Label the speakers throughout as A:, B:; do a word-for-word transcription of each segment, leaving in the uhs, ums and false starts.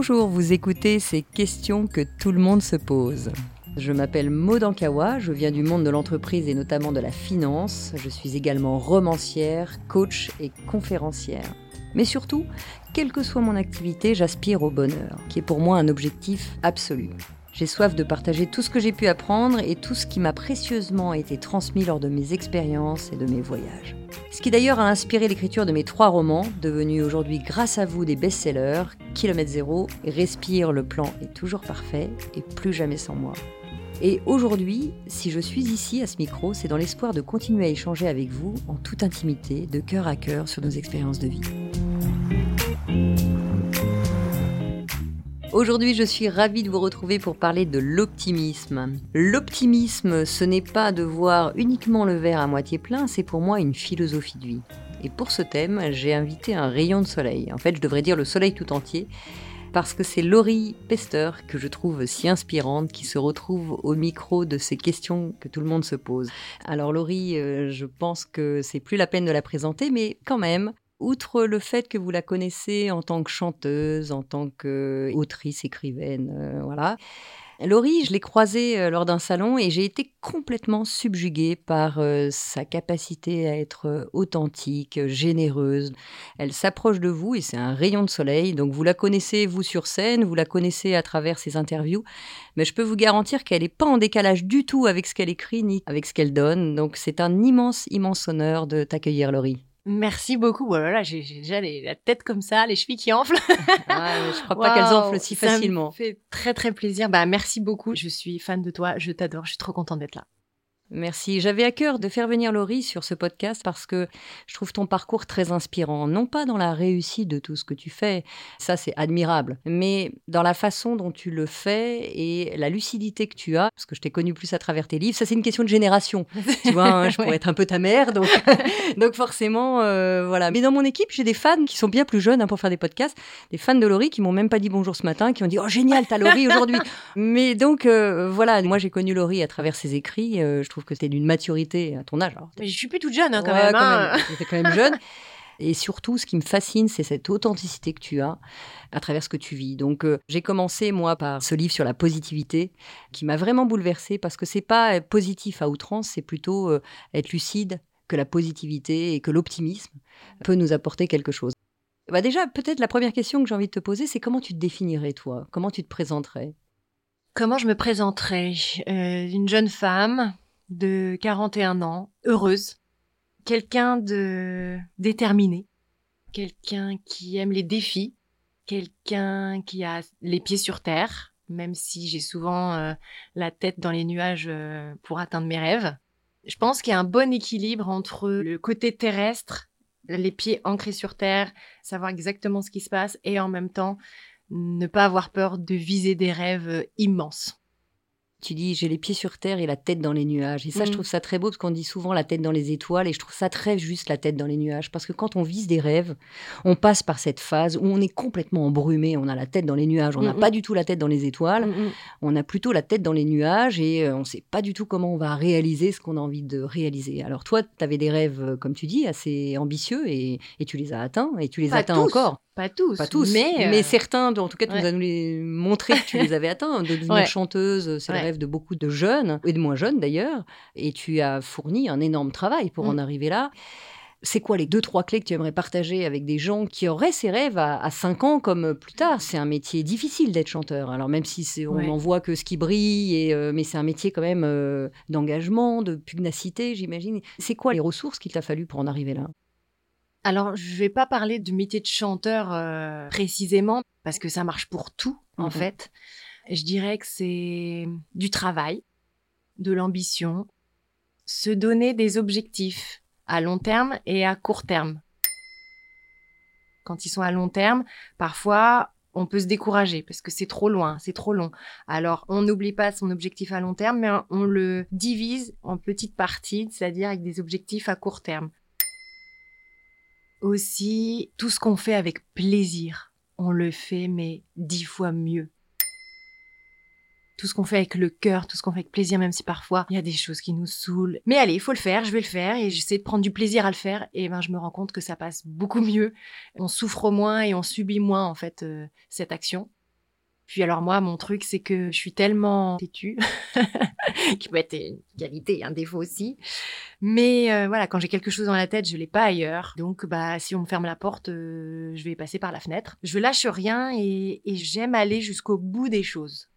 A: Bonjour, vous écoutez ces questions que tout le monde se pose. Je m'appelle Maud Ankawa, je viens du monde de l'entreprise et notamment de la finance. Je suis également romancière, coach et conférencière. Mais surtout, quelle que soit mon activité, j'aspire au bonheur, qui est pour moi un objectif absolu. J'ai soif de partager tout ce que j'ai pu apprendre et tout ce qui m'a précieusement été transmis lors de mes expériences et de mes voyages. Ce qui d'ailleurs a inspiré l'écriture de mes trois romans, devenus aujourd'hui grâce à vous des best-sellers, Kilomètre Zéro, Respire, le plan est toujours parfait et Plus jamais sans moi. Et aujourd'hui, si je suis ici à ce micro, c'est dans l'espoir de continuer à échanger avec vous en toute intimité, de cœur à cœur sur nos expériences de vie. Aujourd'hui, je suis ravie de vous retrouver pour parler de l'optimisme. L'optimisme, ce n'est pas de voir uniquement le verre à moitié plein, c'est pour moi une philosophie de vie. Et pour ce thème, j'ai invité un rayon de soleil. En fait, je devrais dire le soleil tout entier, parce que c'est Laurie Pester que je trouve si inspirante, qui se retrouve au micro de ces questions que tout le monde se pose. Alors Laurie, euh, je pense que c'est plus la peine de la présenter, mais quand même, outre le fait que vous la connaissez en tant que chanteuse, en tant qu'autrice, écrivaine, euh, voilà. Laurie, je l'ai croisée euh, lors d'un salon et j'ai été complètement subjuguée par euh, sa capacité à être euh, authentique, généreuse. Elle s'approche de vous et c'est un rayon de soleil. Donc vous la connaissez, vous, sur scène, vous la connaissez à travers ses interviews. Mais je peux vous garantir qu'elle n'est pas en décalage du tout avec ce qu'elle écrit ni avec ce qu'elle donne. Donc c'est un immense, immense honneur de t'accueillir, Laurie.
B: Merci beaucoup. Oh là là, j'ai, j'ai déjà les, la tête comme ça, les chevilles qui enflent.
A: Ah, je crois pas wow, qu'elles enflent si facilement.
B: Ça me fait très très plaisir. Bah, merci beaucoup. Je suis fan de toi, je t'adore, je suis trop contente d'être là.
A: Merci. J'avais à cœur de faire venir Laurie sur ce podcast parce que je trouve ton parcours très inspirant. Non pas dans la réussite de tout ce que tu fais, ça c'est admirable, mais dans la façon dont tu le fais et la lucidité que tu as, parce que je t'ai connue plus à travers tes livres. Ça c'est une question de génération. Tu vois, hein, je ouais. pourrais être un peu ta mère, donc, donc forcément, euh, voilà. Mais dans mon équipe, j'ai des fans qui sont bien plus jeunes hein, pour faire des podcasts, des fans de Laurie qui m'ont même pas dit bonjour ce matin, qui ont dit « Oh génial, t'as Laurie aujourd'hui !» Mais donc, euh, voilà, moi j'ai connu Laurie à travers ses écrits, euh, je trouve que c'était d'une maturité à ton âge. Alors,
B: mais je suis plus toute jeune hein, quand
A: ouais,
B: même.
A: Quand
B: hein.
A: même. Tu es quand même jeune. Et surtout, ce qui me fascine, c'est cette authenticité que tu as à travers ce que tu vis. Donc, euh, j'ai commencé, moi, par ce livre sur la positivité qui m'a vraiment bouleversée parce que c'est pas positif à outrance, c'est plutôt euh, être lucide que la positivité et que l'optimisme peut nous apporter quelque chose. Bah déjà, peut-être la première question que j'ai envie de te poser, c'est comment tu te définirais, toi ? Comment tu te présenterais ?
B: Comment je me présenterais ? euh, Une jeune femme de quarante et un ans, heureuse, quelqu'un de déterminé, quelqu'un qui aime les défis, quelqu'un qui a les pieds sur terre, même si j'ai souvent euh, la tête dans les nuages euh, pour atteindre mes rêves. Je pense qu'il y a un bon équilibre entre le côté terrestre, les pieds ancrés sur terre, savoir exactement ce qui se passe, et en même temps, ne pas avoir peur de viser des rêves immenses.
A: Tu dis, j'ai les pieds sur terre et la tête dans les nuages. Et ça, mmh. je trouve ça très beau parce qu'on dit souvent la tête dans les étoiles. Et je trouve ça très juste, la tête dans les nuages. Parce que quand on vise des rêves, on passe par cette phase où on est complètement embrumé. On a la tête dans les nuages. On n'a mmh. pas du tout la tête dans les étoiles. Mmh. On a plutôt la tête dans les nuages et euh, on ne sait pas du tout comment on va réaliser ce qu'on a envie de réaliser. Alors toi, tu avais des rêves, comme tu dis, assez ambitieux et, et tu les as atteints et tu les
B: pas
A: atteins
B: tous.
A: encore.
B: Pas tous,
A: pas tous, mais, euh... mais certains, en tout cas, tu ouais. nous as nous les montré que tu les avais atteints. De devenir ouais. chanteuse, c'est ouais. le rêve de beaucoup de jeunes, et de moins jeunes d'ailleurs, et tu as fourni un énorme travail pour mmh. en arriver là. C'est quoi les deux, trois clés que tu aimerais partager avec des gens qui auraient ces rêves à, à cinq ans comme plus tard ? C'est un métier difficile d'être chanteur. Alors même si c'est, on n'en ouais. voit que ce qui brille, et, euh, mais c'est un métier quand même euh, d'engagement, de pugnacité, j'imagine. C'est quoi les ressources qu'il t'a fallu pour en arriver là ?
B: Alors, je vais pas parler du métier de chanteur euh, précisément, parce que ça marche pour tout, en mmh. fait. Je dirais que c'est du travail, de l'ambition, se donner des objectifs à long terme et à court terme. Quand ils sont à long terme, parfois, on peut se décourager parce que c'est trop loin, c'est trop long. Alors, on n'oublie pas son objectif à long terme, mais on le divise en petites parties, c'est-à-dire avec des objectifs à court terme. Aussi, tout ce qu'on fait avec plaisir, on le fait, mais dix fois mieux. Tout ce qu'on fait avec le cœur, tout ce qu'on fait avec plaisir, même si parfois, il y a des choses qui nous saoulent. Mais allez, il faut le faire, je vais le faire, et j'essaie de prendre du plaisir à le faire, et ben je me rends compte que ça passe beaucoup mieux. On souffre moins et on subit moins, en fait, euh, cette action. Puis alors moi, mon truc, c'est que je suis tellement têtue, qui peut être une qualité et un défaut aussi. Mais euh, voilà, quand j'ai quelque chose dans la tête, je l'ai pas ailleurs. Donc bah si on me ferme la porte, euh, je vais passer par la fenêtre. Je lâche rien et, et j'aime aller jusqu'au bout des choses.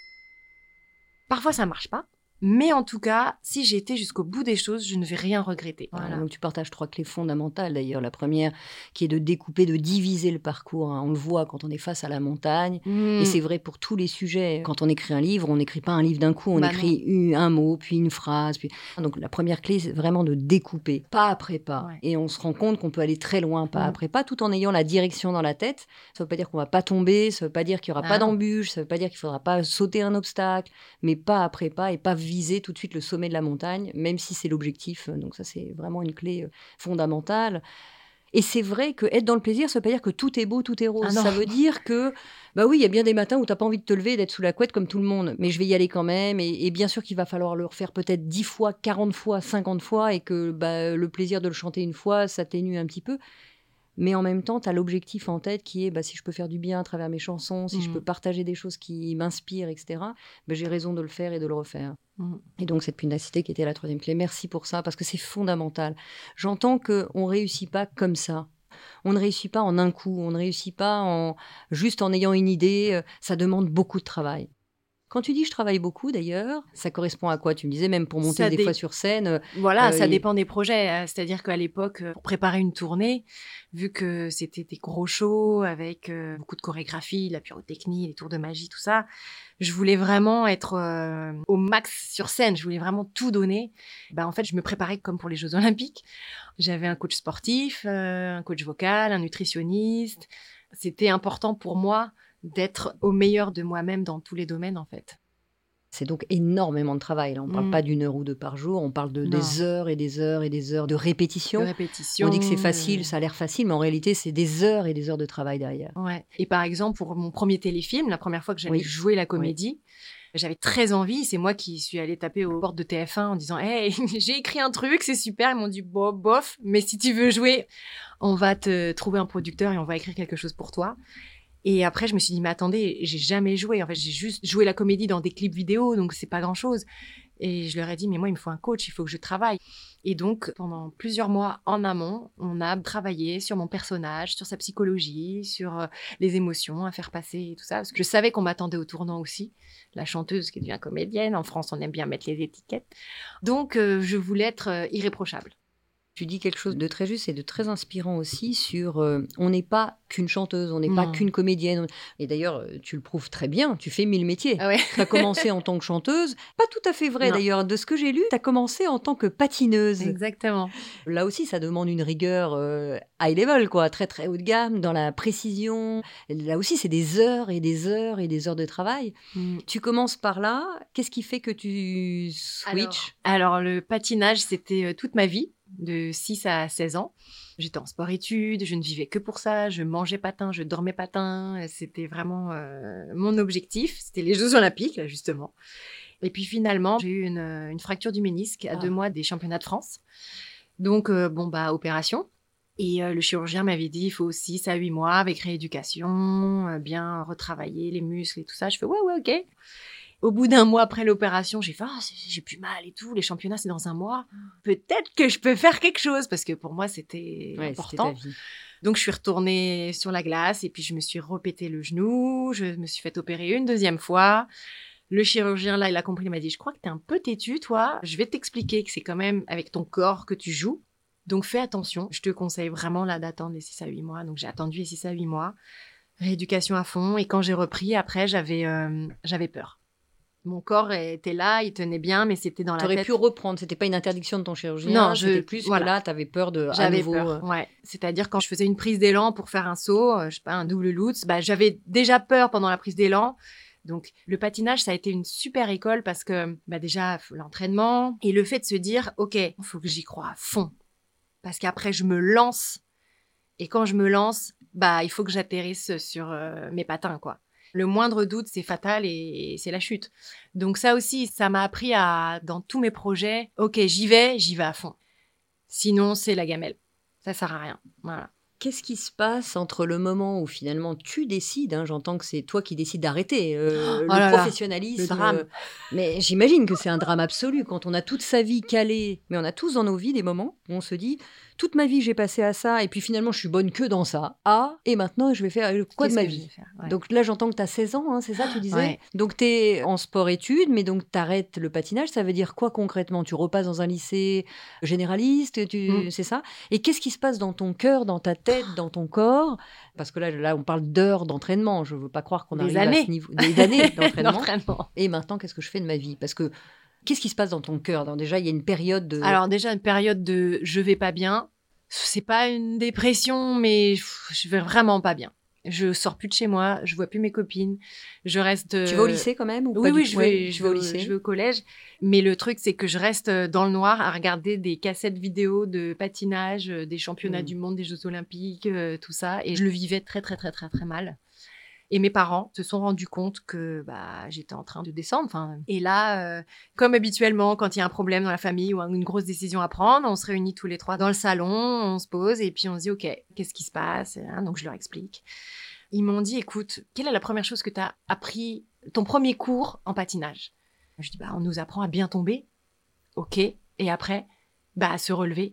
B: Parfois ça marche pas. Mais en tout cas, si j'ai été jusqu'au bout des choses, je ne vais rien regretter.
A: Voilà. Donc tu partages trois clés fondamentales d'ailleurs. La première qui est de découper, de diviser le parcours. Hein. On le voit quand on est face à la montagne. Mmh. Et c'est vrai pour tous les sujets. Quand on écrit un livre, on n'écrit pas un livre d'un coup. On bah écrit une, un mot, puis une phrase. Puis... Donc la première clé, c'est vraiment de découper, pas après pas. Ouais. Et on se rend compte qu'on peut aller très loin, pas mmh. après pas, tout en ayant la direction dans la tête. Ça ne veut pas dire qu'on ne va pas tomber, ça ne veut pas dire qu'il n'y aura ah. pas d'embûche, ça ne veut pas dire qu'il ne faudra pas sauter un obstacle, mais pas après pas et pas viser tout de suite le sommet de la montagne, même si c'est l'objectif. Donc ça, c'est vraiment une clé fondamentale. Et c'est vrai que être dans le plaisir, ça veut pas dire que tout est beau, tout est rose. Ah ça veut dire que, bah oui, il y a bien des matins où t'as pas envie de te lever et d'être sous la couette comme tout le monde, mais je vais y aller quand même. Et, et bien sûr qu'il va falloir le refaire peut-être dix fois, quarante fois, cinquante fois, et que bah, le plaisir de le chanter une fois s'atténue un petit peu. Mais en même temps, tu as l'objectif en tête qui est bah, si je peux faire du bien à travers mes chansons, si mmh. je peux partager des choses qui m'inspirent, et cetera, bah, j'ai raison de le faire et de le refaire. Mmh. Et donc, cette pugnacité qui était la troisième clé. Merci pour ça, parce que c'est fondamental. J'entends qu'on ne réussit pas comme ça. On ne réussit pas en un coup. On ne réussit pas en, juste en ayant une idée. Ça demande beaucoup de travail. Quand tu dis je travaille beaucoup, d'ailleurs, ça correspond à quoi? Tu me disais même pour monter ça des dé... fois sur scène.
B: Voilà,
A: euh,
B: ça
A: et...
B: dépend des projets. C'est-à-dire qu'à l'époque, pour préparer une tournée, vu que c'était des gros shows avec euh, beaucoup de chorégraphie, la pyrotechnie, les tours de magie, tout ça, je voulais vraiment être euh, au max sur scène. Je voulais vraiment tout donner. Ben, en fait, je me préparais comme pour les Jeux Olympiques. J'avais un coach sportif, euh, un coach vocal, un nutritionniste. C'était important pour moi d'être au meilleur de moi-même dans tous les domaines, en fait.
A: C'est donc énormément de travail. Là. On ne parle mmh. pas d'une heure ou deux par jour, on parle de non. des heures et des heures et des heures de répétition.
B: De répétition.
A: On dit que c'est facile, euh... ça a l'air facile, mais en réalité, c'est des heures et des heures de travail derrière.
B: Ouais. Et par exemple, pour mon premier téléfilm, la première fois que j'avais oui. joué la comédie, oui. j'avais très envie. C'est moi qui suis allée taper aux portes de T F un en disant « Hey, j'ai écrit un truc, c'est super. » Ils m'ont dit « Bon, bof, mais si tu veux jouer, on va te trouver un producteur et on va écrire quelque chose pour toi. » Et après, je me suis dit, mais attendez, j'ai jamais joué. En fait, j'ai juste joué la comédie dans des clips vidéo, donc c'est pas grand-chose. Et je leur ai dit, mais moi, il me faut un coach, il faut que je travaille. Et donc, pendant plusieurs mois en amont, on a travaillé sur mon personnage, sur sa psychologie, sur euh, les émotions à faire passer et tout ça. Parce que je savais qu'on m'attendait au tournant aussi. La chanteuse qui devient comédienne. En France, on aime bien mettre les étiquettes. Donc, euh, je voulais être euh, irréprochable.
A: Tu dis quelque chose de très juste et de très inspirant aussi sur euh, on n'est pas qu'une chanteuse, on n'est mmh. pas qu'une comédienne. Et d'ailleurs, tu le prouves très bien, tu fais mille métiers. Ah ouais. Tu as commencé en tant que chanteuse, pas tout à fait vrai non. d'ailleurs. De ce que j'ai lu, tu as commencé en tant que patineuse.
B: Exactement.
A: Là aussi, ça demande une rigueur euh, high level, quoi, très très haut de gamme, dans la précision. Là aussi, c'est des heures et des heures et des heures de travail. Mmh. Tu commences par là. Qu'est-ce qui fait que tu switches ?
B: Alors, alors le patinage, c'était euh, toute ma vie. De six à seize ans. J'étais en sport-études, je ne vivais que pour ça, je mangeais patin, je dormais patin, c'était vraiment euh, mon objectif, c'était les Jeux Olympiques, là, justement. Et puis finalement, j'ai eu une, une fracture du ménisque à ah. deux mois des championnats de France. Donc, euh, bon, bah, opération. Et euh, le chirurgien m'avait dit, il faut six à huit mois avec rééducation, euh, bien retravailler les muscles et tout ça. Je fais, ouais, ouais, ok. Au bout d'un mois après l'opération, j'ai fait ah, j'ai plus mal et tout. Les championnats, c'est dans un mois. Peut-être que je peux faire quelque chose parce que pour moi, c'était ouais, important. C'était ta vie. Donc, je suis retournée sur la glace et puis je me suis repété le genou. Je me suis fait opérer une deuxième fois. Le chirurgien, là, il a compris. Il m'a dit, je crois que t'es un peu têtu, toi. Je vais t'expliquer que c'est quand même avec ton corps que tu joues. Donc, fais attention. Je te conseille vraiment là d'attendre les six à huit mois. Donc, j'ai attendu les six à huit mois. Rééducation à fond. Et quand j'ai repris, après, j'avais, euh, j'avais peur. Mon corps était là, il tenait bien, mais c'était dans la
A: T'aurais
B: tête.
A: T'aurais pu reprendre, c'était pas une interdiction de ton chirurgien, non, je, c'était plus voilà. que là, t'avais peur de
B: j'avais
A: à nouveau.
B: Peur, ouais. C'est-à-dire quand je faisais une prise d'élan pour faire un saut, euh, je sais pas, un double lutz, bah j'avais déjà peur pendant la prise d'élan. Donc le patinage, ça a été une super école parce que bah déjà l'entraînement et le fait de se dire, ok, il faut que j'y croie à fond, parce qu'après je me lance et quand je me lance, bah il faut que j'atterrisse sur euh, mes patins, quoi. Le moindre doute, c'est fatal et c'est la chute. Donc ça aussi, ça m'a appris à, dans tous mes projets, ok, j'y vais, j'y vais à fond. Sinon, c'est la gamelle. Ça sert à rien. Voilà.
A: Qu'est-ce qui se passe entre le moment où finalement tu décides, hein, j'entends que c'est toi qui décides d'arrêter euh,
B: Oh
A: le
B: là là,
A: professionnalisme,
B: le drame.
A: euh, mais j'imagine que c'est un drame absolu quand on a toute sa vie calée, mais on a tous dans nos vies des moments où on se dit toute ma vie j'ai passé à ça et puis finalement je suis bonne que dans ça, ah, et maintenant je vais faire quoi
B: Qu'est-ce
A: de ma
B: que je vais
A: vie
B: faire Ouais.
A: Donc là j'entends que tu as seize ans, hein, c'est ça tu disais
B: Ouais.
A: Donc tu es en sport-études, mais donc tu arrêtes le patinage, ça veut dire quoi concrètement Tu repasses dans un lycée généraliste, tu...
B: Mm.
A: c'est ça Et qu'est-ce qui se passe dans ton cœur, dans ta tête, dans ton corps Parce que là, là, on parle d'heures d'entraînement. Je ne veux pas croire qu'on
B: Des
A: arrive
B: années.
A: à ce niveau. Des années d'entraînement.
B: D'entraînement.
A: Et maintenant, qu'est-ce que je fais de ma vie Parce que qu'est-ce qui se passe dans ton cœur Donc, déjà, il y a une période de...
B: Alors déjà, une période de je vais pas bien. C'est pas une dépression, mais pff, je vais vraiment pas bien. Je sors plus de chez moi, je vois plus mes copines, je reste...
A: Tu vas au lycée quand même ou
B: Oui,
A: pas
B: oui,
A: du
B: je
A: tout
B: vais,
A: Ouais,
B: je,
A: tu
B: vais
A: vas
B: au,
A: au lycée.
B: je vais au collège. Mais le truc, c'est que je reste dans le noir à regarder des cassettes vidéo de patinage, euh, des championnats
A: Mm.
B: du monde, des Jeux Olympiques, euh, tout ça. Et je le vivais très, très, très, très, très mal. Et mes parents se sont rendus compte que bah, j'étais en train de descendre. Enfin, et là, euh, comme habituellement, quand il y a un problème dans la famille ou une grosse décision à prendre, on se réunit tous les trois dans le salon, on se pose et puis on se dit « Ok, qu'est-ce qui se passe ?» hein, Donc, je leur explique. Ils m'ont dit « Écoute, quelle est la première chose que tu as appris, ton premier cours en patinage ?» Je dis bah, « On nous apprend à bien tomber. » Ok. Et après, bah, à se relever.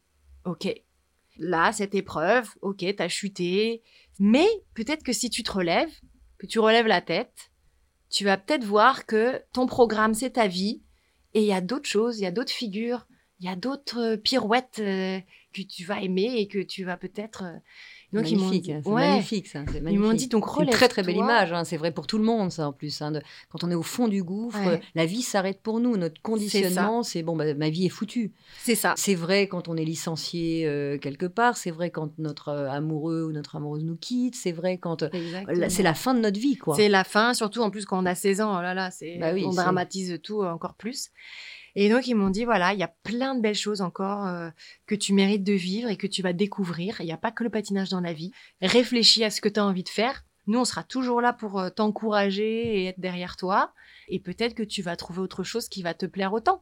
B: Ok. Là, cette épreuve, ok, t'as chuté. Mais peut-être que si tu te relèves, que tu relèves la tête, tu vas peut-être voir que ton programme, c'est ta vie. Et il y a d'autres choses, il y a d'autres figures, il y a d'autres euh, pirouettes euh, que tu vas aimer et que tu vas peut-être... euh, Donc, ils m'ont
A: magnifique,
B: dit,
A: hein, c'est
B: ouais.
A: magnifique ça. C'est
B: Ils m'ont
A: magnifique.
B: dit donc
A: C'est une très très belle
B: relève-toi.
A: image, hein, c'est vrai pour tout le monde ça en plus. Hein, de- quand on est au fond du gouffre,
B: Ouais.
A: la vie s'arrête pour nous. Notre conditionnement, c'est bon, bah, ma vie est foutue.
B: C'est ça.
A: C'est vrai quand on est licencié euh, quelque part, c'est vrai quand notre euh, amoureux ou notre amoureuse nous quitte, c'est vrai quand euh,
B: Exactement.
A: là, c'est la fin de notre vie quoi.
B: C'est la fin, surtout en plus quand on a seize ans, oh là là, c'est,
A: Bah oui,
B: on
A: c'est-
B: dramatise tout euh, encore plus. Et donc ils m'ont dit, voilà, il y a plein de belles choses encore euh, que tu mérites de vivre et que tu vas découvrir. Il n'y a pas que le patinage dans la vie. Réfléchis à ce que tu as envie de faire. Nous, on sera toujours là pour euh, t'encourager et être derrière toi. Et peut-être que tu vas trouver autre chose qui va te plaire autant.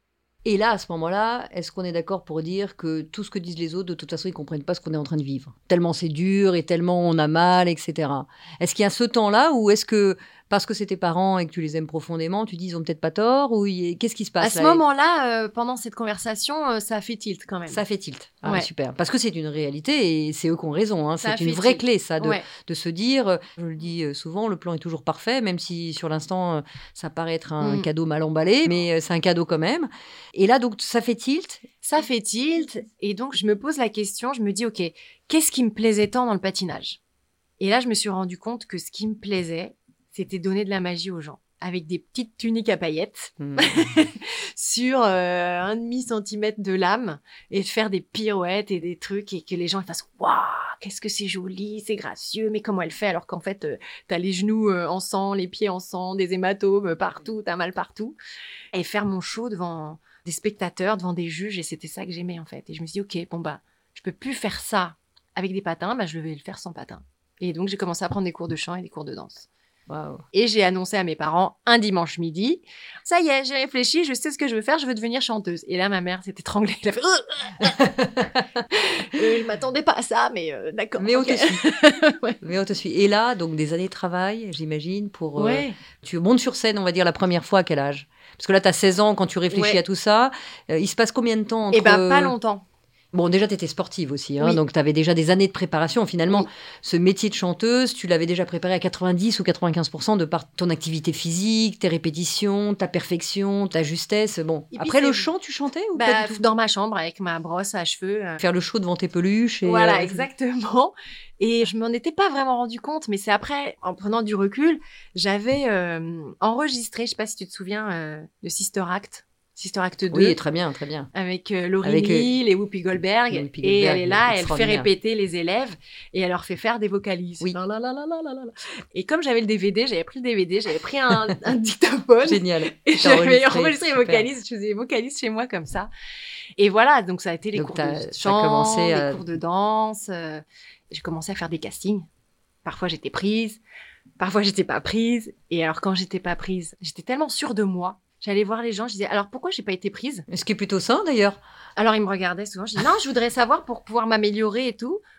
A: Et là, à ce moment-là, est-ce qu'on est d'accord pour dire que tout ce que disent les autres, de toute façon, ils comprennent pas ce qu'on est en train de vivre tellement c'est dur et tellement on a mal, et cetera. Est-ce qu'il y a ce temps-là ou est-ce que parce que c'est tes parents et que tu les aimes profondément, tu dis ils ont peut-être pas tort ou il- qu'est-ce qui se passe
B: À ce
A: là
B: moment-là, euh, pendant cette conversation, euh, ça a fait tilt quand même.
A: Ça fait tilt. Ah,
B: Ouais.
A: super. Parce que c'est une réalité et c'est eux qui ont raison. Hein.
B: Ça a
A: C'est une
B: fait
A: vraie
B: tilt.
A: clé, ça, de,
B: Ouais.
A: de se dire, euh, je le dis euh, souvent, le plan est toujours parfait, même si sur l'instant, euh, ça paraît être un
B: Mm.
A: cadeau mal emballé, mais euh, c'est un cadeau quand même. Et là, donc, ça fait tilt.
B: Ça fait tilt. Et donc, je me pose la question, je me dis, OK, qu'est-ce qui me plaisait tant dans le patinage? Et là, je me suis rendu compte que ce qui me plaisait, c'était donner de la magie aux gens. Avec des petites tuniques à paillettes
A: Hmm.
B: sur euh, un demi-centimètre de lame et faire des pirouettes et des trucs et que les gens ils fassent « Waouh, qu'est-ce que c'est joli, c'est gracieux, mais comment elle fait ?» Alors qu'en fait, euh, t'as les genoux euh, en sang, les pieds en sang, des hématomes partout, t'as mal partout. Et faire mon show devant des spectateurs, devant des juges, et c'était ça que j'aimais en fait. Et je me suis dit « Ok, bon bah, je peux plus faire ça avec des patins, bah je vais le faire sans patins. » Et donc, j'ai commencé à prendre des cours de chant et des cours de danse.
A: Waouh.
B: Et j'ai annoncé à mes parents un dimanche midi, ça y est, j'ai réfléchi, je sais ce que je veux faire, je veux devenir chanteuse. Et là, ma mère s'est étranglée. Elle a fait, euh, je m'attendais pas à ça, mais euh, d'accord.
A: Mais on
B: ok.
A: te suit.
B: Ouais.
A: Mais on te suit. Et là, donc, des années de travail, j'imagine, pour... euh,
B: Ouais.
A: tu montes sur scène, on va dire, la première fois à quel âge? Parce que là, tu as seize ans, quand tu réfléchis
B: Ouais.
A: à tout ça. Euh, il se passe combien de temps entre...
B: Et ben, pas longtemps.
A: Bon, déjà, tu étais sportive aussi, hein,
B: Oui.
A: donc tu avais déjà des années de préparation. Finalement,
B: Oui.
A: ce métier de chanteuse, tu l'avais déjà préparé à quatre-vingt-dix ou quatre-vingt-quinze pour cent de par ton activité physique, tes répétitions, ta perfection, ta justesse. Bon,
B: Et puis
A: après le
B: c'est-
A: chant, tu chantais ou
B: Bah,
A: pas du tout?
B: dans ma chambre avec ma brosse à cheveux. euh,
A: Faire le show devant tes peluches. Et,
B: Voilà,
A: euh,
B: exactement. Et je m'en étais pas vraiment rendu compte, mais c'est après, en prenant du recul, j'avais euh, enregistré, je sais pas si tu te souviens, euh, de Sister Act, Sister Act deux.
A: Oui, très bien, très bien.
B: Avec euh, Laurie
A: Avec, euh,
B: Neal et Whoopi Goldberg.
A: Whoopi
B: et
A: Goldberg,
B: elle est là, elle fait
A: extraordinaire.
B: répéter les élèves et elle leur fait faire des vocalises.
A: Oui.
B: La, la, la, la, la, la, la. Et comme j'avais le D V D, j'avais pris le D V D, j'avais pris un, un dictaphone.
A: Génial.
B: Et
A: T'as
B: j'avais
A: enregistré,
B: enregistré les
A: super.
B: vocalises, je faisais des vocalises chez moi comme ça. Et voilà, donc ça a été les
A: Donc
B: cours
A: t'as-
B: de
A: t'as
B: chant,
A: commencé
B: les
A: à-
B: cours de danse. euh, j'ai commencé à faire des castings. Parfois j'étais prise, parfois j'étais pas prise. Et alors quand j'étais pas prise, j'étais tellement sûre de moi. J'allais voir les gens, je disais alors pourquoi j'ai pas été prise?
A: Ce qui est plutôt sain d'ailleurs.
B: Alors ils me regardaient souvent, je dis non, je voudrais savoir pour pouvoir m'améliorer et tout.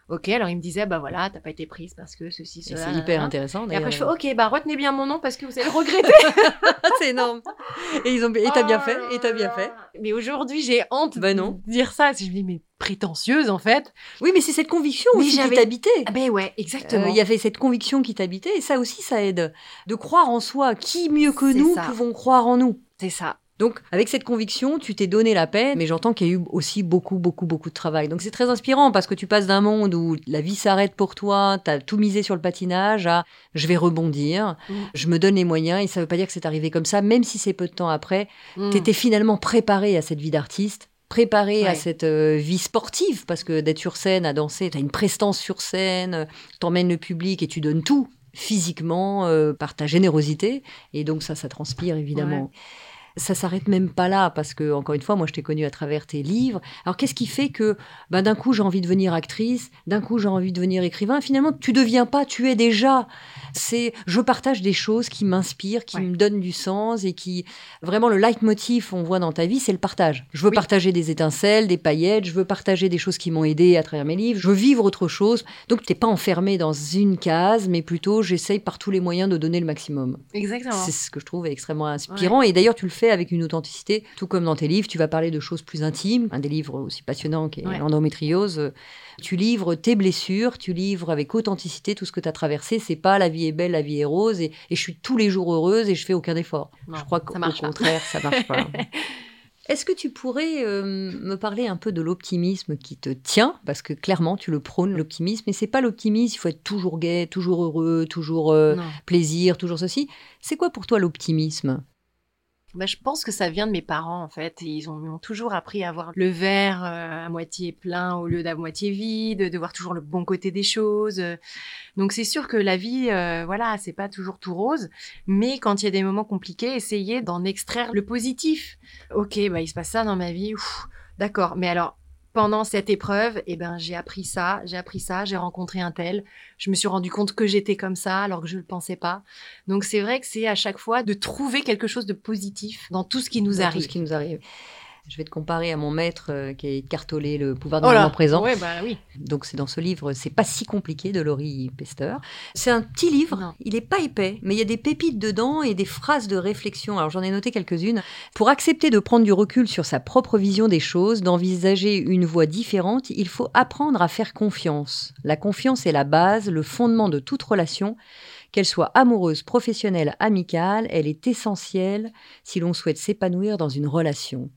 B: Ok, alors il me disait, bah voilà, t'as pas été prise parce que ceci,
A: Et
B: cela.
A: c'est
B: nanana.
A: hyper intéressant.
B: Et
A: d'ailleurs.
B: après, je fais, ok, bah retenez bien mon nom parce que vous allez le regretter.
A: C'est énorme. Et, ils ont... et t'as bien fait, et t'as bien fait.
B: Mais aujourd'hui, j'ai honte
A: Bah
B: de
A: non.
B: dire ça. Si je me dis, mais prétentieuse, en fait.
A: Oui, mais c'est cette conviction
B: Mais
A: aussi qui
B: j'avais-
A: t'habitait.
B: Ah ben ouais, exactement.
A: Euh, Il y avait cette conviction qui t'habitait, et ça aussi, ça aide. De croire en soi. Qui mieux que
B: C'est
A: nous
B: ça.
A: pouvons croire en nous?
B: C'est ça.
A: Donc, avec cette conviction, tu t'es donné la peine, mais j'entends qu'il y a eu aussi beaucoup, beaucoup, beaucoup de travail. Donc, c'est très inspirant parce que tu passes d'un monde où la vie s'arrête pour toi, t'as tout misé sur le patinage, à je vais rebondir,
B: Mm.
A: je me donne les moyens, et ça veut pas dire que c'est arrivé comme ça, même si c'est peu de temps après,
B: Mm.
A: t'étais finalement préparé à cette vie d'artiste, préparé à
B: Ouais.
A: cette euh, vie sportive, parce que d'être sur scène, à danser, t'as une prestance sur scène, euh, t'emmènes le public et tu donnes tout physiquement euh, par ta générosité, et donc ça, ça transpire évidemment.
B: Ouais.
A: Ça s'arrête même pas là, parce que, encore une fois, moi, je t'ai connue à travers tes livres. Alors, qu'est-ce qui fait que, ben, d'un coup, j'ai envie de devenir actrice, d'un coup, j'ai envie de devenir écrivain? Finalement, tu deviens pas, tu es déjà. C'est, je partage des choses qui m'inspirent, qui
B: Ouais.
A: me donnent du sens, et qui, vraiment, le leitmotiv, on voit dans ta vie, c'est le partage. Je veux
B: Oui.
A: partager des étincelles, des paillettes, je veux partager des choses qui m'ont aidé à travers mes livres, je veux vivre autre chose. Donc, t'es pas enfermé dans une case, mais plutôt, j'essaye par tous les moyens de donner le maximum.
B: Exactement.
A: C'est ce que je trouve extrêmement inspirant. Ouais. Et d'ailleurs, tu le fais avec une authenticité. Tout comme dans tes livres, tu vas parler de choses plus intimes. Un des livres aussi passionnants qui est
B: Ouais.
A: l'endométriose. Tu livres tes blessures, tu livres avec authenticité tout ce que tu as traversé. C'est pas la vie est belle, la vie est rose et, et je suis tous les jours heureuse et je fais aucun effort.
B: Non,
A: je crois
B: ça
A: qu'au
B: marche pas.
A: contraire, ça marche pas. Est-ce que tu pourrais euh, me parler un peu de l'optimisme qui te tient? Parce que clairement, tu le prônes, l'optimisme. Mais c'est pas l'optimisme, il faut être toujours gai, toujours heureux, toujours euh,
B: Non.
A: plaisir, toujours ceci. C'est quoi pour toi l'optimisme?
B: Bah, je pense que ça vient de mes parents, en fait. Ils ont, ils ont toujours appris à voir le verre euh, à moitié plein au lieu d'à moitié vide, de voir toujours le bon côté des choses. Donc, c'est sûr que la vie, euh, voilà, c'est pas toujours tout rose. Mais quand il y a des moments compliqués, essayer d'en extraire le positif. Ok, bah, il se passe ça dans ma vie. Ouf, d'accord. Mais alors, pendant cette épreuve, eh ben, j'ai appris ça, j'ai appris ça, j'ai rencontré un tel. Je me suis rendu compte que j'étais comme ça alors que je ne le pensais pas. Donc, c'est vrai que c'est à chaque fois de trouver quelque chose de positif dans tout ce qui nous
A: Dans
B: arrive.
A: Tout ce qui nous arrive. Je vais te comparer à mon maître euh, qui a écartolé le pouvoir du
B: Oh là,
A: moment présent.
B: ouais, bah oui.
A: Donc c'est dans ce livre, c'est pas si compliqué de Laurie Pester. C'est un petit livre,
B: Non.
A: il est pas épais, mais il y a des pépites dedans et des phrases de réflexion. Alors j'en ai noté quelques-unes. Pour accepter de prendre du recul sur sa propre vision des choses, d'envisager une voie différente, il faut apprendre à faire confiance. La confiance est la base, le fondement de toute relation. Qu'elle soit amoureuse, professionnelle, amicale, elle est essentielle si l'on souhaite s'épanouir dans une relation.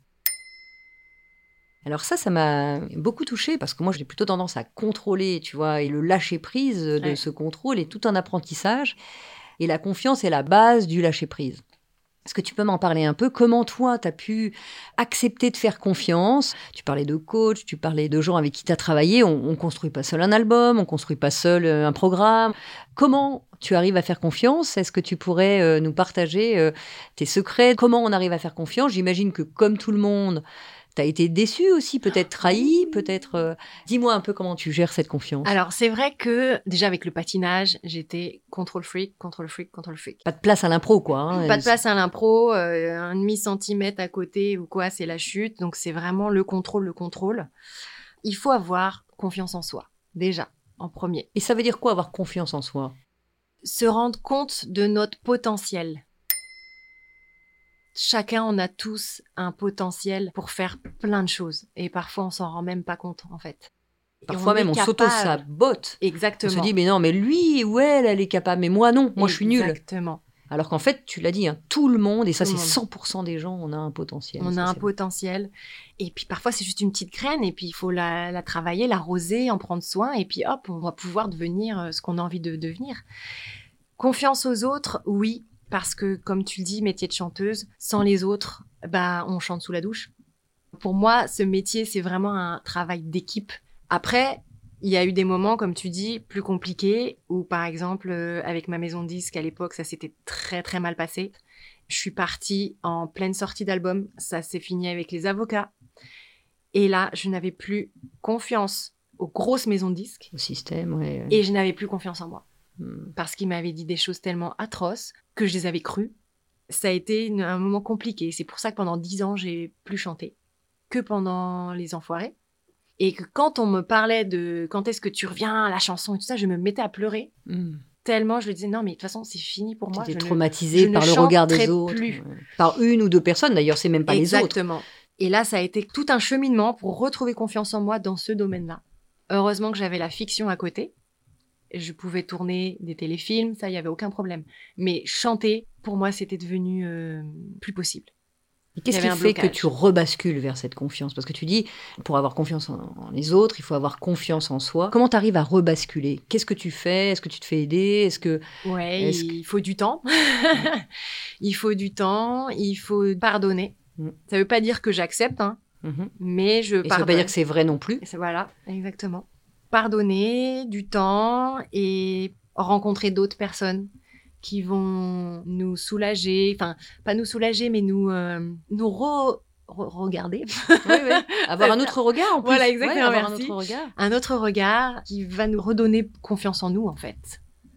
A: Alors ça, ça m'a beaucoup touchée parce que moi, j'ai plutôt tendance à contrôler, tu vois, et le lâcher-prise de
B: Ouais.
A: ce contrôle est tout un apprentissage. Et la confiance est la base du lâcher-prise. Est-ce que tu peux m'en parler un peu? Comment toi, tu as pu accepter de faire confiance? Tu parlais de coach, tu parlais de gens avec qui tu as travaillé. On ne construit pas seul un album, on ne construit pas seul euh, un programme. Comment tu arrives à faire confiance? Est-ce que tu pourrais euh, nous partager euh, tes secrets? Comment on arrive à faire confiance? J'imagine que comme tout le monde, tu as été déçu aussi, peut-être trahi, peut-être... euh, Dis-moi un peu comment tu gères cette confiance.
B: Alors, c'est vrai que déjà avec le patinage, j'étais control freak, control freak, control freak.
A: Pas de place à l'impro, quoi. Hein.
B: Pas de place à l'impro, euh, un demi-centimètre à côté ou quoi, c'est la chute. Donc, c'est vraiment le contrôle, le contrôle. Il faut avoir confiance en soi, déjà, en premier.
A: Et ça veut dire quoi, avoir confiance en soi?
B: Se rendre compte de notre potentiel. Chacun, on a tous un potentiel pour faire plein de choses. Et parfois, on s'en rend même pas compte, en fait. Et
A: Parfois
B: on
A: même,
B: est
A: on
B: capable.
A: s'auto-sabote.
B: Exactement.
A: On se dit, mais non, mais lui ou elle, elle est capable, mais moi non, moi je suis nulle.
B: Exactement.
A: Alors qu'en fait, tu l'as dit, hein, tout le monde, et ça
B: Tout le
A: c'est
B: monde.
A: cent pour cent des gens, on a un potentiel.
B: On
A: Ça,
B: a un
A: c'est-
B: potentiel. Et puis parfois, c'est juste une petite graine. Et puis, il faut la, la travailler, l'arroser, en prendre soin. Et puis, hop, on va pouvoir devenir euh, ce qu'on a envie de devenir. Confiance aux autres, oui. Parce que, comme tu le dis, métier de chanteuse, sans les autres, bah, on chante sous la douche. Pour moi, ce métier, c'est vraiment un travail d'équipe. Après, il y a eu des moments, comme tu dis, plus compliqués, où par exemple, euh, avec ma maison de disques, à l'époque, ça s'était très très mal passé. Je suis partie en pleine sortie d'album, ça s'est fini avec les avocats. Et là, je n'avais plus confiance aux grosses maisons de disques,
A: Au système, ouais. ouais.
B: et je n'avais plus confiance en moi.
A: Hmm.
B: Parce qu'ils m'avaient dit des choses tellement atroces que je les avais crues. Ça a été une- un moment compliqué. C'est pour ça que pendant dix ans, j'ai plus chanté que pendant Les Enfoirés. Et que quand on me parlait de quand est-ce que tu reviens, la chanson et tout ça, je me mettais à pleurer.
A: Mmh.
B: Tellement je lui disais, non, mais de toute façon, c'est fini pour moi.
A: Tu étais
B: je
A: traumatisée
B: ne,
A: par
B: je
A: le regard des
B: chanterai
A: autres.
B: Plus.
A: Euh, par une ou deux personnes, d'ailleurs, c'est même pas
B: Exactement.
A: les autres.
B: Et là, ça a été tout un cheminement pour retrouver confiance en moi dans ce domaine-là. Heureusement que j'avais la fiction à côté. Je pouvais tourner des téléfilms, ça, il n'y avait aucun problème. Mais chanter, pour moi, c'était devenu euh, plus possible.
A: Et qu'est-ce qui fait que tu rebascules vers cette confiance? Parce que tu dis, pour avoir confiance en, en les autres, il faut avoir confiance en soi. Comment tu arrives à rebasculer? Qu'est-ce que tu fais? Est-ce que tu te fais aider? Est-ce que
B: Ouais,
A: est-ce
B: il
A: que...
B: faut du temps. Il faut du temps, il faut pardonner. Mm. Ça ne veut pas dire que j'accepte, hein,
A: mm-hmm.
B: mais je
A: et
B: pardonne.
A: Ça ne veut pas dire que c'est vrai non plus.
B: Voilà, exactement. Pardonner, du temps et rencontrer d'autres personnes qui vont nous soulager, enfin, pas nous soulager, mais nous, euh, nous re, re, regarder.
A: Oui, oui. Avoir un autre regard, en plus.
B: Voilà, exactement,
A: ouais, avoir
B: merci.
A: un autre regard.
B: Un autre regard qui va nous redonner confiance en nous, en fait.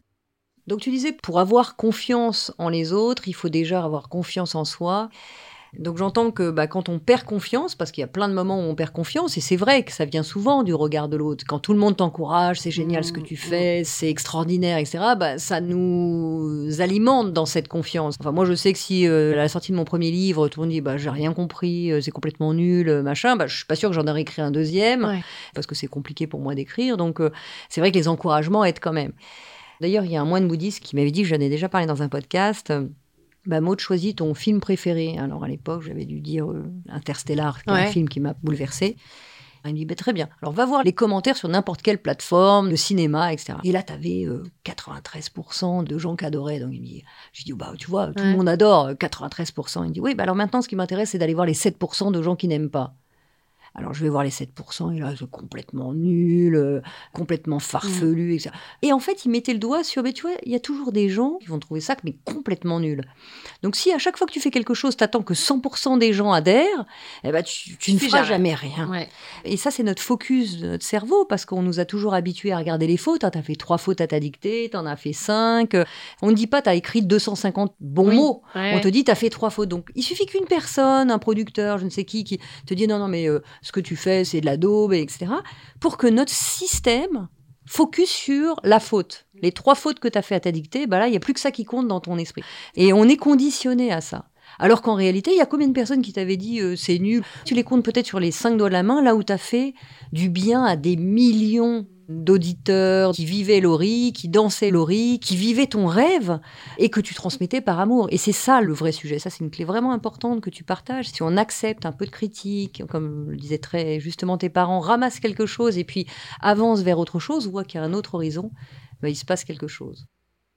A: Donc, tu disais, pour avoir confiance en les autres, il faut déjà avoir confiance en soi. Donc j'entends que bah, quand on perd confiance, parce qu'il y a plein de moments où on perd confiance, et c'est vrai que ça vient souvent du regard de l'autre. Quand tout le monde t'encourage, c'est génial mmh, ce que tu fais, mmh. c'est extraordinaire, et cetera, bah, ça nous alimente dans cette confiance. Enfin, moi, je sais que si euh, à la sortie de mon premier livre, tout le monde dit bah, « j'ai rien compris, euh, c'est complètement nul, machin bah, », je suis pas sûre que j'en aurais écrit un deuxième, ouais. parce que c'est compliqué pour moi d'écrire. Donc euh, c'est vrai que les encouragements aident quand même. D'ailleurs, il y a un moine bouddhiste qui m'avait dit, que j'en ai déjà parlé dans un podcast... Bah, Maud, choisis ton film préféré. Alors, à l'époque, j'avais dû dire euh, Interstellar, qui ouais. est un film qui m'a bouleversée. Il me dit, bah, très bien. Alors, va voir les commentaires sur n'importe quelle plateforme de cinéma, et cetera. Et là, tu avais euh, quatre-vingt-treize pour cent de gens qui adoraient. Donc, il me dit, je dis, bah, tu vois, tout ouais. le monde adore, quatre-vingt-treize pour cent. Il me dit, oui, bah, alors maintenant, ce qui m'intéresse, c'est d'aller voir les sept pour cent de gens qui n'aiment pas. Alors, je vais voir les sept pour cent, et là, c'est complètement nul, euh, complètement farfelu, mmh. et cetera. Et en fait, il mettait le doigt sur, mais tu vois, il y a toujours des gens qui vont trouver ça, mais complètement nul. Donc, si à chaque fois que tu fais quelque chose, tu attends que cent pour cent des gens adhèrent, eh ben, tu, tu ne feras jamais, jamais rien. Ouais. Et ça, c'est notre focus de notre cerveau, parce qu'on nous a toujours habitués à regarder les fautes. Hein, tu as fait trois fautes à ta dictée, tu en as fait cinq. On ne dit pas, tu as écrit deux cent cinquante bons oui. mots. Ouais. On te dit, tu as fait trois fautes. Donc, il suffit qu'une personne, un producteur, je ne sais qui, qui te dit, non, non, mais... Euh, ce que tu fais, c'est de la daube, et cetera, pour que notre système focus sur la faute. Les trois fautes que tu as fait à ta dictée, bah là, il n'y a plus que ça qui compte dans ton esprit. Et on est conditionné à ça. Alors qu'en réalité, il y a combien de personnes qui t'avaient dit euh, c'est nul? Tu les comptes peut-être sur les cinq doigts de la main, là où tu as fait du bien à des millions d'auditeurs qui vivaient Laurie, qui dansaient Laurie, qui vivaient ton rêve et que tu transmettais par amour. Et c'est ça le vrai sujet. Ça, c'est une clé vraiment importante que tu partages. Si on accepte un peu de critique, comme le disaient très justement tes parents, ramasse quelque chose et puis avance vers autre chose, voit qu'il y a un autre horizon, ben, il se passe quelque chose.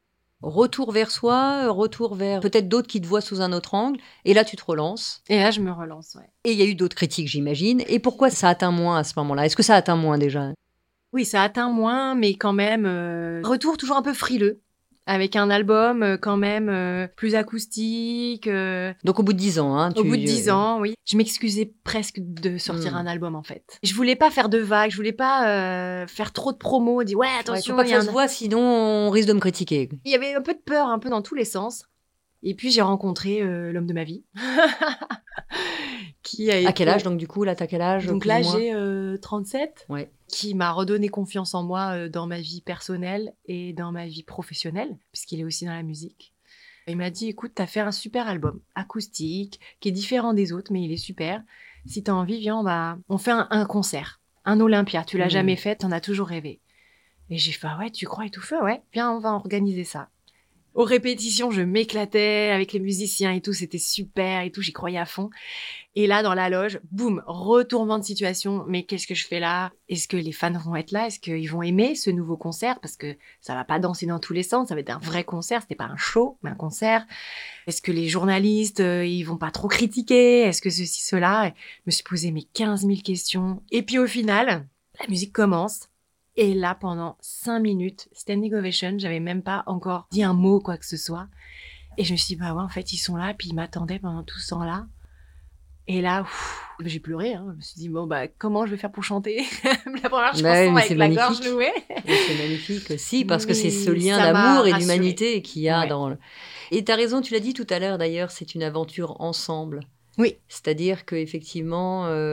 A: Retour vers soi, retour vers peut-être d'autres qui te voient sous un autre angle, et là tu te relances.
B: Et là je me relance, ouais.
A: Et il y a eu d'autres critiques, j'imagine. Et pourquoi ça atteint moins à ce moment-là? Est-ce que ça atteint moins déjà?
B: Oui, ça atteint moins, mais quand même, euh, retour toujours un peu frileux, avec un album euh, quand même euh, plus acoustique. Euh...
A: Donc au bout de dix ans, hein.
B: Tu... Au bout de dix ans, oui. Je m'excusais presque de sortir mmh. un album, en fait. Je voulais pas faire de vagues, je voulais pas euh, faire trop de promos, dire ouais, attention.
A: Ouais, faut pas que ça
B: un...
A: se voit, sinon on risque de me critiquer.
B: Il y avait un peu de peur, un peu dans tous les sens. Et puis j'ai rencontré euh, l'homme de ma vie. Qui a
A: à
B: été...
A: quel âge, donc du coup, là, t'as quel âge?
B: Donc là, j'ai euh, trente-sept.
A: Ouais.
B: Qui m'a redonné confiance en moi euh, dans ma vie personnelle et dans ma vie professionnelle, puisqu'il est aussi dans la musique. Il m'a dit, écoute, t'as fait un super album, acoustique, qui est différent des autres, mais il est super. Si t'as envie, viens, on, va... on fait un, un concert, un Olympia. Tu l'as mmh. jamais fait, t'en as toujours rêvé. Et j'ai fait, ah ouais, tu crois et tout fait? Ouais, viens, on va organiser ça. Aux répétitions, je m'éclatais avec les musiciens et tout, c'était super et tout, j'y croyais à fond. Et là, dans la loge, boum, retournement de situation. Mais qu'est-ce que je fais là? Est-ce que les fans vont être là? Est-ce qu'ils vont aimer ce nouveau concert? Parce que ça va pas danser dans tous les sens, ça va être un vrai concert, c'était pas un show, mais un concert. Est-ce que les journalistes, euh, ils vont pas trop critiquer? Est-ce que ceci, cela? Et je me suis posé mes quinze mille questions. Et puis au final, la musique commence. Et là, pendant cinq minutes, standing ovation, j'avais même pas encore dit un mot, quoi que ce soit. Et je me suis dit, bah ouais, en fait, ils sont là, puis ils m'attendaient pendant tout ce temps-là. Et là, ouf, j'ai pleuré. Hein. Je me suis dit, bon, bah, comment je vais faire pour chanter la première chanson
A: bah oui,
B: avec la gorge nouée?
A: C'est magnifique aussi, parce mais que c'est ce lien d'amour et d'humanité qu'il y a ouais. dans le... Et tu as raison, tu l'as dit tout à l'heure, d'ailleurs, c'est une aventure ensemble.
B: Oui.
A: C'est-à-dire qu'effectivement... Euh,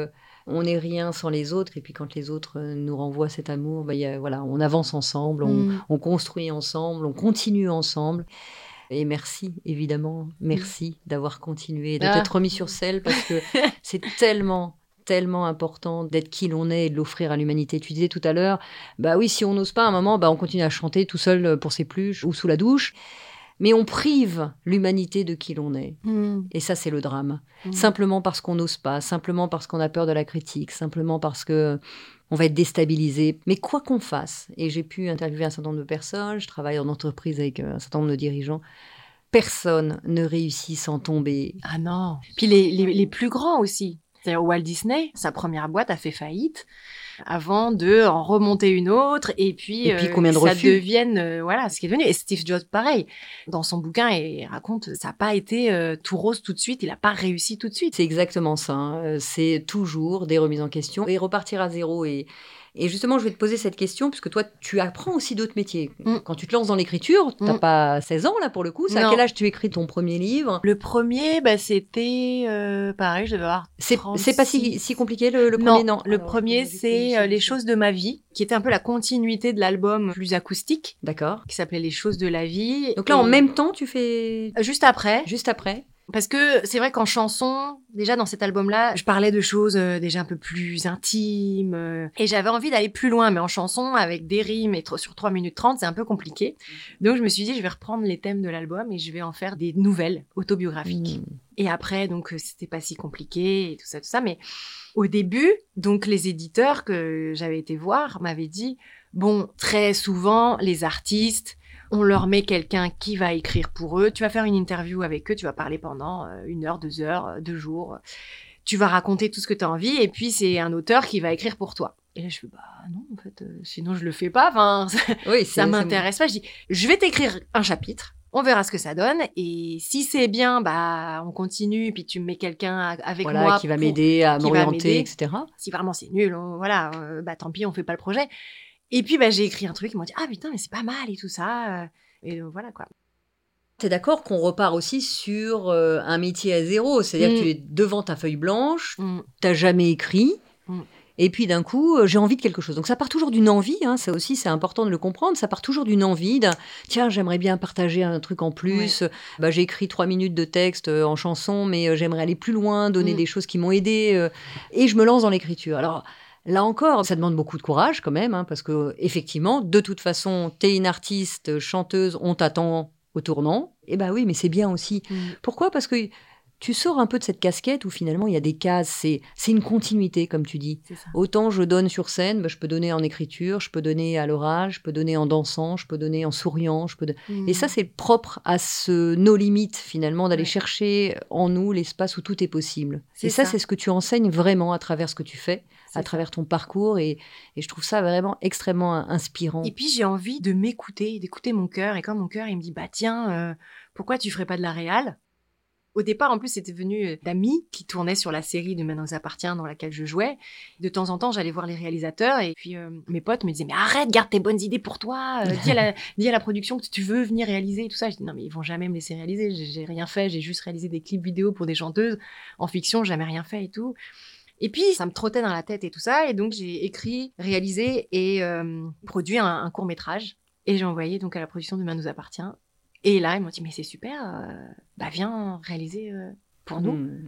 A: on n'est rien sans les autres. Et puis quand les autres nous renvoient cet amour, bah, y a, voilà, on avance ensemble, on, mmh. on construit ensemble, on continue ensemble. Et merci, évidemment, merci d'avoir continué, de ah. t'être remis sur selle, parce que c'est tellement, tellement important d'être qui l'on est et de l'offrir à l'humanité. Tu disais tout à l'heure, bah oui, si on n'ose pas, à un moment, bah on continue à chanter tout seul pour ses pluches ou sous la douche. Mais on prive l'humanité de qui l'on est. Mmh. Et ça, c'est le drame. Mmh. Simplement parce qu'on n'ose pas, simplement parce qu'on a peur de la critique, simplement parce que on va être déstabilisé. Mais quoi qu'on fasse, et j'ai pu interviewer un certain nombre de personnes, je travaille en entreprise avec un certain nombre de dirigeants, personne ne réussit sans tomber.
B: Ah non. Puis les, les, les plus grands aussi. C'est-à-dire Walt Disney, sa première boîte a fait faillite avant de en remonter une autre, et puis,
A: et puis euh, combien de
B: ça
A: refus
B: devienne euh, voilà ce qui est devenu. Et Steve Jobs, pareil, dans son bouquin, il raconte ça n'a pas été euh, tout rose tout de suite, il n'a pas réussi tout de suite.
A: C'est exactement ça, hein. C'est toujours des remises en question et repartir à zéro. Et, et justement, je vais te poser cette question, puisque toi, tu apprends aussi d'autres métiers. Mm. Quand tu te lances dans l'écriture, tu n'as mm. pas seize ans là pour le coup. C'est non. À quel âge tu écris ton premier livre?
B: Le premier, bah, c'était euh, pareil, je devais avoir
A: C'est, c'est pas si, si compliqué le, le premier, non,
B: non. Le Alors, premier, c'est euh, Les choses de ma vie, qui était un peu la continuité de l'album plus acoustique.
A: D'accord.
B: Qui s'appelait Les choses de la vie.
A: Donc là, et... en même temps, tu fais...
B: Juste après.
A: Juste après.
B: Parce que c'est vrai qu'en chanson, déjà dans cet album-là, je parlais de choses euh, déjà un peu plus intimes. Euh, et j'avais envie d'aller plus loin. Mais en chanson, avec des rimes et t- sur trois minutes trente, c'est un peu compliqué. Donc je me suis dit, je vais reprendre les thèmes de l'album et je vais en faire des nouvelles autobiographiques. Mmh. Et après, donc, c'était pas si compliqué et tout ça, tout ça. Mais au début, donc, les éditeurs que j'avais été voir m'avaient dit, bon, très souvent, les artistes... on leur met quelqu'un qui va écrire pour eux. Tu vas faire une interview avec eux, tu vas parler pendant une heure, deux heures, deux jours. Tu vas raconter tout ce que tu as envie et puis c'est un auteur qui va écrire pour toi. Et là, je fais, bah non, en fait, euh, sinon je le fais pas. Enfin, oui, ça m'intéresse pas. Je dis, je vais t'écrire un chapitre. On verra ce que ça donne. Et si c'est bien, bah, on continue. Puis tu me mets quelqu'un avec
A: voilà,
B: moi.
A: Qui va pour, m'aider à m'orienter, et cetera.
B: Si vraiment c'est nul, on, voilà, euh, bah tant pis, on fait pas le projet. Et puis, bah, j'ai écrit un truc, ils m'ont dit « Ah putain, mais c'est pas mal et tout ça. » Et euh, voilà, quoi.
A: T'es d'accord qu'on repart aussi sur euh, un métier à zéro. C'est-à-dire mm. que tu es devant ta feuille blanche, mm. t'as jamais écrit, mm. et puis d'un coup, euh, j'ai envie de quelque chose. Donc ça part toujours d'une envie, hein, ça aussi, c'est important de le comprendre. Ça part toujours d'une envie, d'un « Tiens, j'aimerais bien partager un truc en plus. Ouais. » Bah, j'ai écrit trois minutes de texte euh, en chanson, mais euh, j'aimerais aller plus loin, donner mm. des choses qui m'ont aidé. Euh, et je me lance dans l'écriture. Alors... Là encore, ça demande beaucoup de courage quand même, hein, parce que effectivement, de toute façon, t'es une artiste, chanteuse, on t'attend au tournant. Et ben oui, mais c'est bien aussi. Mmh. Pourquoi ? Parce que tu sors un peu de cette casquette où finalement il y a des cases, c'est, c'est une continuité, comme tu dis. Autant je donne sur scène, ben, je peux donner en écriture, je peux donner à l'oral, je peux donner en dansant, je peux donner en souriant. Je peux de... mmh. Et ça, c'est propre à ce nos limites finalement, d'aller ouais. chercher en nous l'espace où tout est possible. C'est et ça, ça, c'est ce que tu enseignes vraiment à travers ce que tu fais. À travers ton parcours et, et je trouve ça vraiment extrêmement inspirant.
B: Et puis j'ai envie de m'écouter, d'écouter mon cœur et quand mon cœur il me dit bah tiens euh, pourquoi tu ferais pas de la réal ? Au départ en plus c'était venu d'amis qui tournaient sur la série de Maintenant nous appartient dans laquelle je jouais. De temps en temps j'allais voir les réalisateurs et puis euh, mes potes me disaient mais arrête, garde tes bonnes idées pour toi, euh, dis, à la, dis à la production que tu veux venir réaliser et tout ça. Je dis non mais ils vont jamais me laisser réaliser, j'ai, j'ai rien fait, j'ai juste réalisé des clips vidéo pour des chanteuses en fiction, jamais rien fait et tout. Et puis, ça me trottait dans la tête et tout ça. Et donc, j'ai écrit, réalisé et euh, produit un, un court-métrage. Et j'ai envoyé donc à la production de Demain nous appartient. Et là, ils m'ont dit, mais c'est super, euh, bah viens réaliser euh, pour nous. Mmh.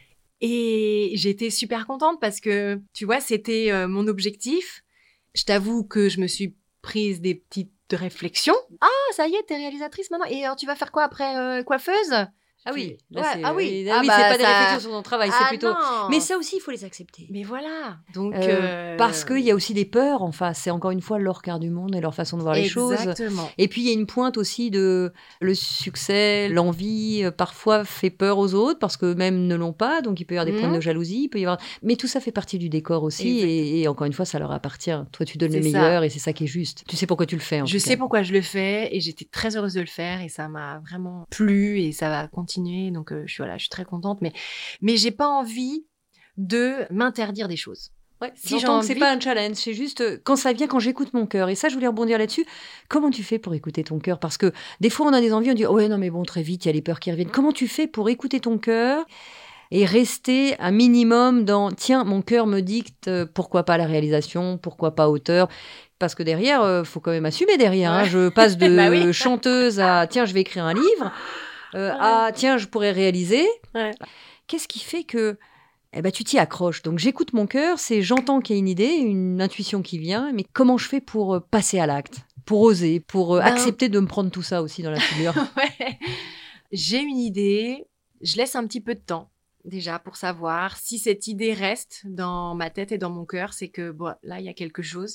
B: Et j'étais super contente parce que, tu vois, c'était euh, mon objectif. Je t'avoue que je me suis prise des petites réflexions. Ah, ça y est, t'es réalisatrice maintenant. Et alors, tu vas faire quoi après euh, coiffeuse ?
A: Ah oui, là,
B: ouais,
A: c'est,
B: ah oui,
A: ah
B: ah
A: oui
B: bah,
A: c'est pas des
B: ça...
A: réflexions sur ton travail,
B: ah
A: c'est plutôt.
B: Non.
A: Mais ça aussi, il faut les accepter.
B: Mais voilà. Donc,
A: euh, euh... parce qu'il y a aussi des peurs en face. C'est encore une fois leur quart du monde et leur façon de voir les choses.
B: Exactement.
A: Et puis il y a une pointe aussi de le succès, l'envie. Euh, parfois fait peur aux autres parce que même ne l'ont pas. Donc il peut y avoir des mmh. points de jalousie. Il peut y avoir. Mais tout ça fait partie du décor aussi. Et, et encore une fois, ça leur appartient. Toi, tu donnes c'est le meilleur ça. Et c'est ça qui est juste. Tu sais pourquoi tu le fais. En
B: je
A: tout
B: sais
A: cas.
B: pourquoi je le fais et j'étais très heureuse de le faire et ça m'a vraiment plu et ça va continuer. Donc euh, je suis voilà, je suis très contente. Mais, mais j'ai pas envie de m'interdire des choses.
A: Ouais, si j'entends que c'est pas un challenge, c'est juste quand ça vient, quand j'écoute mon cœur. Et ça, je voulais rebondir là-dessus. Comment tu fais pour écouter ton cœur ? Parce que des fois, on a des envies, on dit « Ouais, non, mais bon, très vite, il y a les peurs qui reviennent. » Comment tu fais pour écouter ton cœur ? et rester un minimum dans « tiens, mon cœur me dicte, euh, pourquoi pas la réalisation, pourquoi pas auteur ?» Parce que derrière, il euh, faut quand même assumer derrière. Hein.
B: Ouais.
A: Je passe de
B: Bah oui.
A: chanteuse à « tiens, je vais écrire un livre euh, » à « tiens, je pourrais réaliser
B: Ouais. ».
A: Qu'est-ce qui fait que eh ben, tu t'y accroches? Donc j'écoute mon cœur, c'est j'entends qu'il y a une idée, une intuition qui vient, mais comment je fais pour euh, passer à l'acte, pour oser, pour euh,
B: Ben...
A: accepter de me prendre tout ça aussi dans la figure?
B: Ouais. J'ai une idée, je laisse un petit peu de temps déjà pour savoir si cette idée reste dans ma tête et dans mon cœur, c'est que bon, là il y a quelque chose.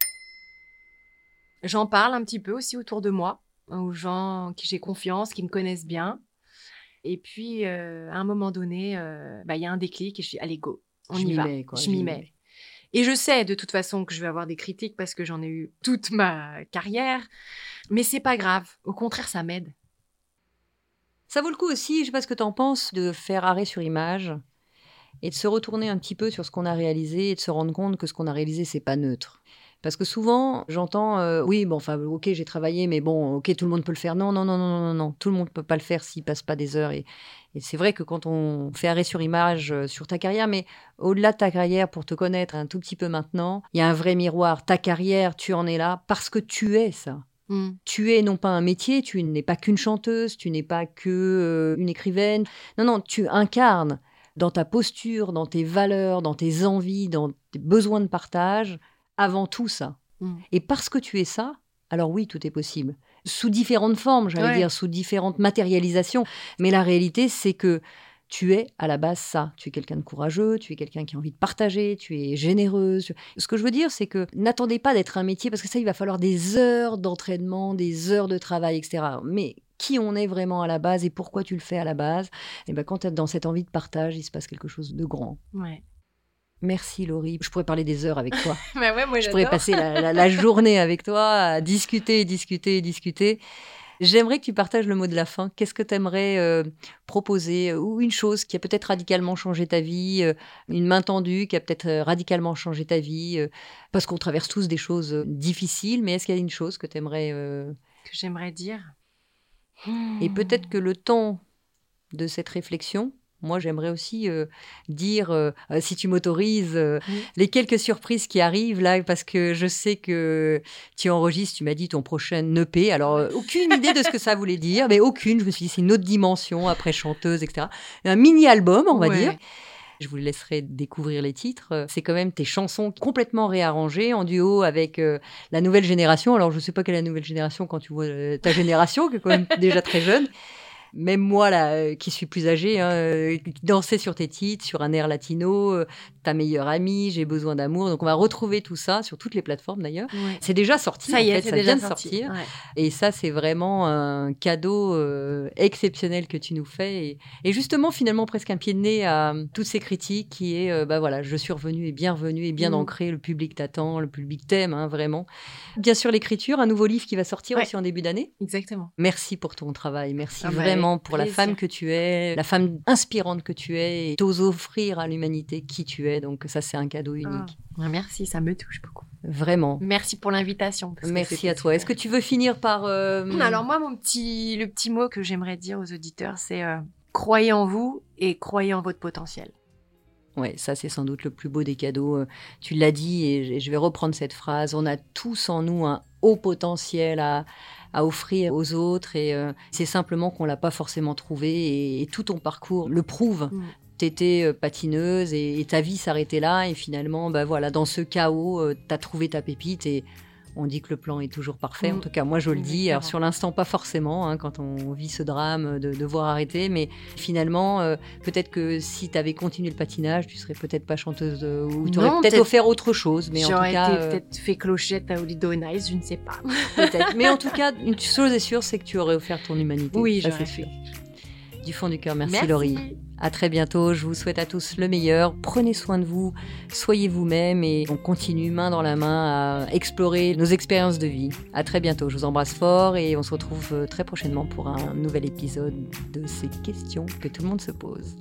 B: J'en parle un petit peu aussi autour de moi, aux gens qui j'ai confiance, qui me connaissent bien. Et puis, euh, à un moment donné, il euh, bah, y a un déclic et je dis, allez, go, on
A: je
B: y va.
A: Mets, quoi,
B: je m'y mets. mets. Et je sais de toute façon que je vais avoir des critiques parce que j'en ai eu toute ma carrière. Mais c'est pas grave. Au contraire, ça m'aide.
A: Ça vaut le coup aussi, je sais pas ce que tu en penses, de faire arrêt sur image et de se retourner un petit peu sur ce qu'on a réalisé et de se rendre compte que ce qu'on a réalisé, c'est pas neutre. Parce que souvent, j'entends, euh, oui, bon, enfin, ok, j'ai travaillé, mais bon, ok, tout le monde peut le faire. Non, non, non, non, non, non, tout le monde peut pas le faire s'il passe pas des heures. Et, et c'est vrai que quand on fait arrêt sur image euh, sur ta carrière, mais au-delà de ta carrière, pour te connaître un tout petit peu maintenant, il y a un vrai miroir. Ta carrière, tu en es là parce que tu es ça. Mm. Tu es non pas un métier, tu n'es pas qu'une chanteuse, tu n'es pas que euh, une écrivaine. Non, non, tu incarnes dans ta posture, dans tes valeurs, dans tes envies, dans tes besoins de partage. Avant tout ça. Mm. Et parce que tu es ça, alors oui, tout est possible. Sous différentes formes, j'allais ouais. dire, sous différentes matérialisations. Mais la réalité, c'est que tu es à la base ça. Tu es quelqu'un de courageux, tu es quelqu'un qui a envie de partager, tu es généreuse. Ce que je veux dire, c'est que n'attendez pas d'être un métier, parce que ça, il va falloir des heures d'entraînement, des heures de travail, et cetera. Mais qui on est vraiment à la base et pourquoi tu le fais à la base, et ben, quand tu es dans cette envie de partage, il se passe quelque chose de grand.
B: Ouais.
A: Merci Laurie, je pourrais parler des heures avec toi.
B: bah ouais, moi,
A: je pourrais passer la, la, la journée avec toi à discuter, discuter, discuter. J'aimerais que tu partages le mot de la fin. Qu'est-ce que tu aimerais euh, proposer euh, ou une chose qui a peut-être radicalement changé ta vie, euh, une main tendue qui a peut-être euh, radicalement changé ta vie, euh, parce qu'on traverse tous des choses euh, difficiles, mais est-ce qu'il y a une chose que tu aimerais... Euh...
B: Que j'aimerais dire
A: Et peut-être que le temps de cette réflexion, moi, j'aimerais aussi euh, dire, euh, si tu m'autorises, euh, oui. les quelques surprises qui arrivent là, parce que je sais que tu enregistres, tu m'as dit ton prochain E P. Alors, euh, aucune idée de ce que ça voulait dire, mais aucune. Je me suis dit, c'est une autre dimension, après chanteuse, et cetera. Un mini-album, on va ouais. dire. Je vous laisserai découvrir les titres. C'est quand même tes chansons complètement réarrangées en duo avec euh, la nouvelle génération. Alors, je ne sais pas quelle est la nouvelle génération quand tu vois euh, ta génération, qui est quand même déjà très jeune. Même moi, là, euh, qui suis plus âgée, hein, euh, danser sur tes titres, sur un air latino, euh, ta meilleure amie, j'ai besoin d'amour. Donc, on va retrouver tout ça sur toutes les plateformes, d'ailleurs. Ouais. C'est déjà sorti,
B: ça y est,
A: en fait, ça
B: déjà
A: vient de
B: sorti.
A: sortir.
B: Ouais.
A: Et ça, c'est vraiment un cadeau euh, exceptionnel que tu nous fais. Et, et justement, finalement, presque un pied de nez à euh, toutes ces critiques qui est, euh, bah voilà, je suis revenue et bien revenue et bien mmh. ancrée. Le public t'attend, le public t'aime, hein, vraiment. Bien sûr, l'écriture, un nouveau livre qui va sortir ouais. aussi en début d'année.
B: Exactement.
A: Merci pour ton travail. Merci
B: ah
A: vraiment.
B: Bah,
A: pour la femme que tu es, la femme inspirante que tu es, et t'oses offrir à l'humanité qui tu es. Donc ça, c'est un cadeau unique.
B: Ah, merci, ça me touche beaucoup.
A: Vraiment.
B: Merci pour l'invitation.
A: Merci à toi. Est-ce que tu veux finir par... Euh...
B: Alors moi, mon petit, le petit mot que j'aimerais dire aux auditeurs, c'est euh, croyez en vous et croyez en votre potentiel.
A: Ouais, ça, c'est sans doute le plus beau des cadeaux. Tu l'as dit, et je vais reprendre cette phrase. On a tous en nous un haut potentiel à... à offrir aux autres et euh, c'est simplement qu'on l'a pas forcément trouvé et, et tout ton parcours le prouve. Mmh. T'étais euh, patineuse et, et ta vie s'arrêtait là et finalement, bah voilà, dans ce chaos, euh, t'as trouvé ta pépite et on dit que le plan est toujours parfait. Mmh. En tout cas, moi, je le dis. Alors, sur l'instant, pas forcément, hein, quand on vit ce drame de devoir arrêter. Mais finalement, euh, peut-être que si tu avais continué le patinage, tu serais peut-être pas chanteuse de... ou tu aurais peut-être, peut-être offert autre chose. Mais en tout cas,
B: été, euh... peut-être fait clochette à Holiday on Ice, je ne sais pas.
A: Peut-être. Mais en tout cas, une chose est sûre, c'est que tu aurais offert ton humanité.
B: Oui,
A: ça,
B: j'aurais
A: c'est
B: fait.
A: sûr. Du fond du cœur, merci,
B: merci
A: Laurie. À très bientôt. Je vous souhaite à tous le meilleur. Prenez soin de vous, soyez vous-même et on continue main dans la main à explorer nos expériences de vie. À très bientôt. Je vous embrasse fort et on se retrouve très prochainement pour un nouvel épisode de ces questions que tout le monde se pose.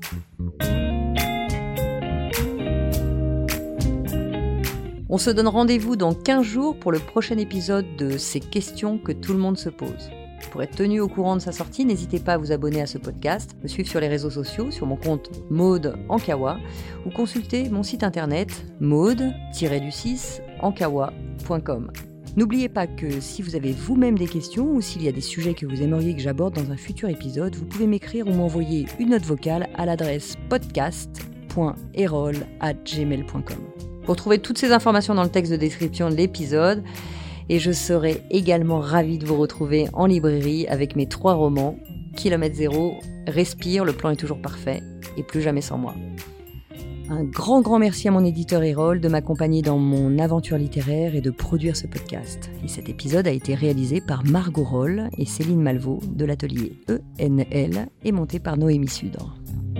A: On se donne rendez-vous dans quinze jours pour le prochain épisode de ces questions que tout le monde se pose. Pour être tenu au courant de sa sortie, n'hésitez pas à vous abonner à ce podcast, me suivre sur les réseaux sociaux, sur mon compte Maud Ankawa, ou consulter mon site internet maud tiret six ankawa point com. N'oubliez pas que si vous avez vous-même des questions ou s'il y a des sujets que vous aimeriez que j'aborde dans un futur épisode, vous pouvez m'écrire ou m'envoyer une note vocale à l'adresse podcast point erol arobase gmail point com. Vous retrouvez toutes ces informations dans le texte de description de l'épisode et je serai également ravie de vous retrouver en librairie avec mes trois romans Kilomètre Zéro, Respire, le plan est toujours parfait et Plus jamais sans moi. Un grand grand merci à mon éditeur Erol de m'accompagner dans mon aventure littéraire et de produire ce podcast. Et cet épisode a été réalisé par Margot Roll et Céline Malvaux de l'atelier E N L et monté par Noémie Sudre.